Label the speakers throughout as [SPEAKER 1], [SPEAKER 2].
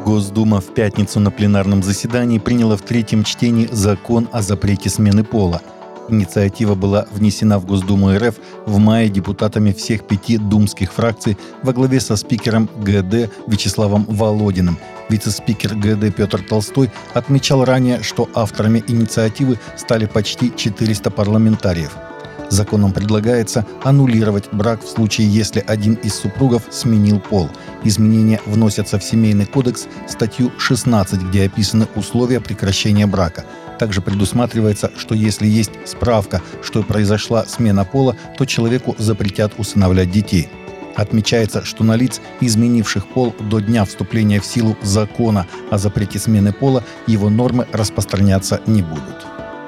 [SPEAKER 1] Госдума в пятницу на пленарном заседании приняла в третьем чтении закон о запрете смены пола. Инициатива была внесена в Госдуму РФ в мае депутатами всех 5 думских фракций во главе со спикером ГД Вячеславом Володиным. Вице-спикер ГД Петр Толстой отмечал ранее, что авторами инициативы стали почти 400 парламентариев. Законом предлагается аннулировать брак в случае, если один из супругов сменил пол. Изменения вносятся в Семейный кодекс, статью 16, где описаны условия прекращения брака. Также предусматривается, что если есть справка, что произошла смена пола, то человеку запретят усыновлять детей. Отмечается, что на лиц, изменивших пол до дня вступления в силу закона о запрете смены пола, его нормы распространяться не будут.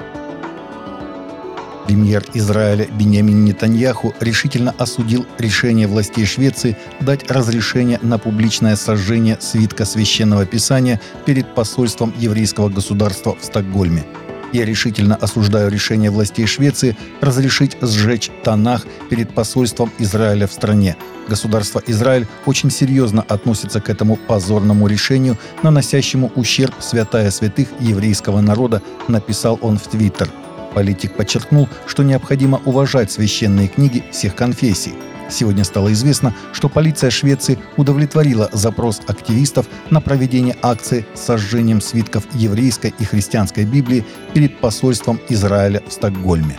[SPEAKER 1] Премьер Израиля Биньямин Нетаньяху решительно осудил решение властей Швеции дать разрешение на публичное сожжение свитка Священного Писания перед посольством еврейского государства в Стокгольме. «Я решительно осуждаю решение властей Швеции разрешить сжечь Танах перед посольством Израиля в стране. Государство Израиль очень серьезно относится к этому позорному решению, наносящему ущерб святая святых еврейского народа», написал он в Твиттер. Политик подчеркнул, что необходимо уважать священные книги всех конфессий. Сегодня стало известно, что полиция Швеции удовлетворила запрос активистов на проведение акции с сожжением свитков еврейской и христианской Библии перед посольством Израиля в Стокгольме.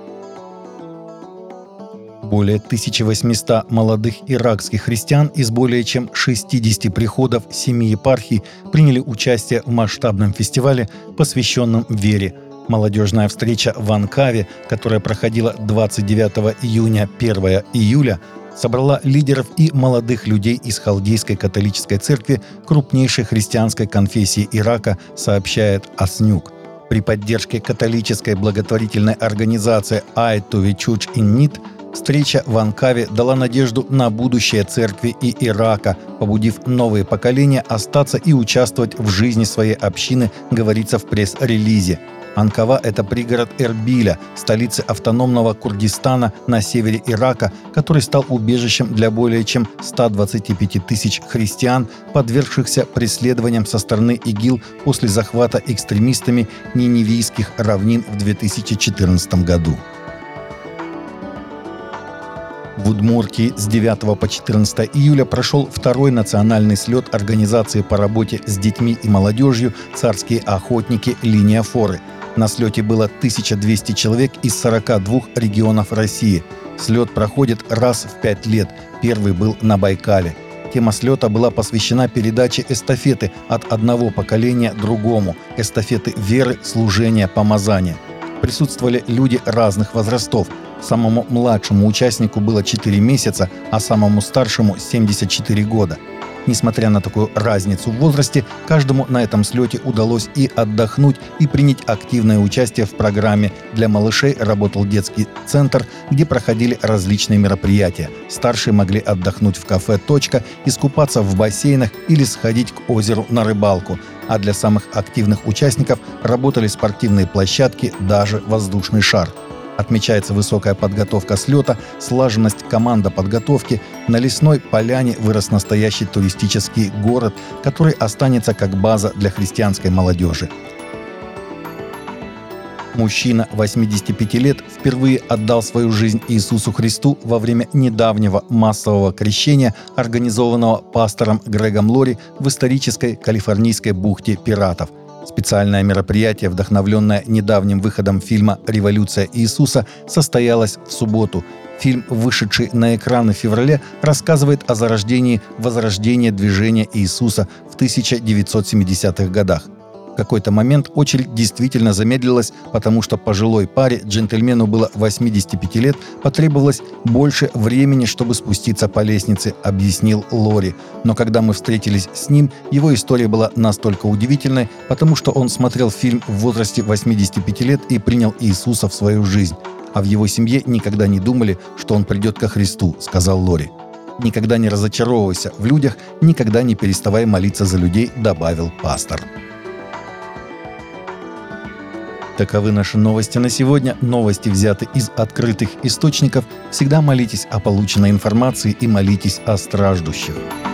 [SPEAKER 1] Более 1800 молодых иракских христиан из более чем 60 приходов 7 епархий приняли участие в масштабном фестивале, посвященном вере. Молодежная встреча в Анкаве, которая проходила 29 июня 1 июля, собрала лидеров и молодых людей из Халдейской католической церкви, крупнейшей христианской конфессии Ирака, сообщает Аснюк. При поддержке католической благотворительной организации Aid to the Church in Need встреча в Анкаве дала надежду на будущее церкви и Ирака, побудив новые поколения остаться и участвовать в жизни своей общины, говорится в пресс-релизе. Анкава – это пригород Эрбиля, столицы автономного Курдистана на севере Ирака, который стал убежищем для более чем 125 тысяч христиан, подвергшихся преследованиям со стороны ИГИЛ после захвата экстремистами Ниневийских равнин в 2014 году. В Удмуртии с 9 по 14 июля прошел второй национальный слет организации по работе с детьми и молодежью «Царские охотники. Линия форы». На слете было 1200 человек из 42 регионов России. Слет проходит раз в 5 лет. Первый был на Байкале. Тема слета была посвящена передаче эстафеты от одного поколения другому. Эстафеты веры, служения, помазания. Присутствовали люди разных возрастов. Самому младшему участнику было 4 месяца, а самому старшему 74 года. Несмотря на такую разницу в возрасте, каждому на этом слете удалось и отдохнуть, и принять активное участие в программе. Для малышей работал детский центр, где проходили различные мероприятия. Старшие могли отдохнуть в кафе «Точка», искупаться в бассейнах или сходить к озеру на рыбалку. А для самых активных участников работали спортивные площадки, даже воздушный шар. Отмечается высокая подготовка слета, слаженность команда подготовки. На лесной поляне вырос настоящий туристический город, который останется как база для христианской молодежи. Мужчина 85 лет впервые отдал свою жизнь Иисусу Христу во время недавнего массового крещения, организованного пастором Грегом Лори в исторической калифорнийской бухте Пиратов. Специальное мероприятие, вдохновленное недавним выходом фильма «Революция Иисуса», состоялось в субботу. Фильм, вышедший на экраны в феврале, рассказывает о возрождении движения Иисуса в 1970-х годах. В какой-то момент очередь действительно замедлилась, потому что пожилой паре, джентльмену было 85 лет, потребовалось больше времени, чтобы спуститься по лестнице, объяснил Лори. Но когда мы встретились с ним, его история была настолько удивительной, потому что он смотрел фильм в возрасте 85 лет и принял Иисуса в свою жизнь. А в его семье никогда не думали, что он придет ко Христу, сказал Лори. «Никогда не разочаровывайся в людях, никогда не переставай молиться за людей», добавил пастор. Таковы наши новости на сегодня. Новости взяты из открытых источников. Всегда молитесь о полученной информации и молитесь о страждущих.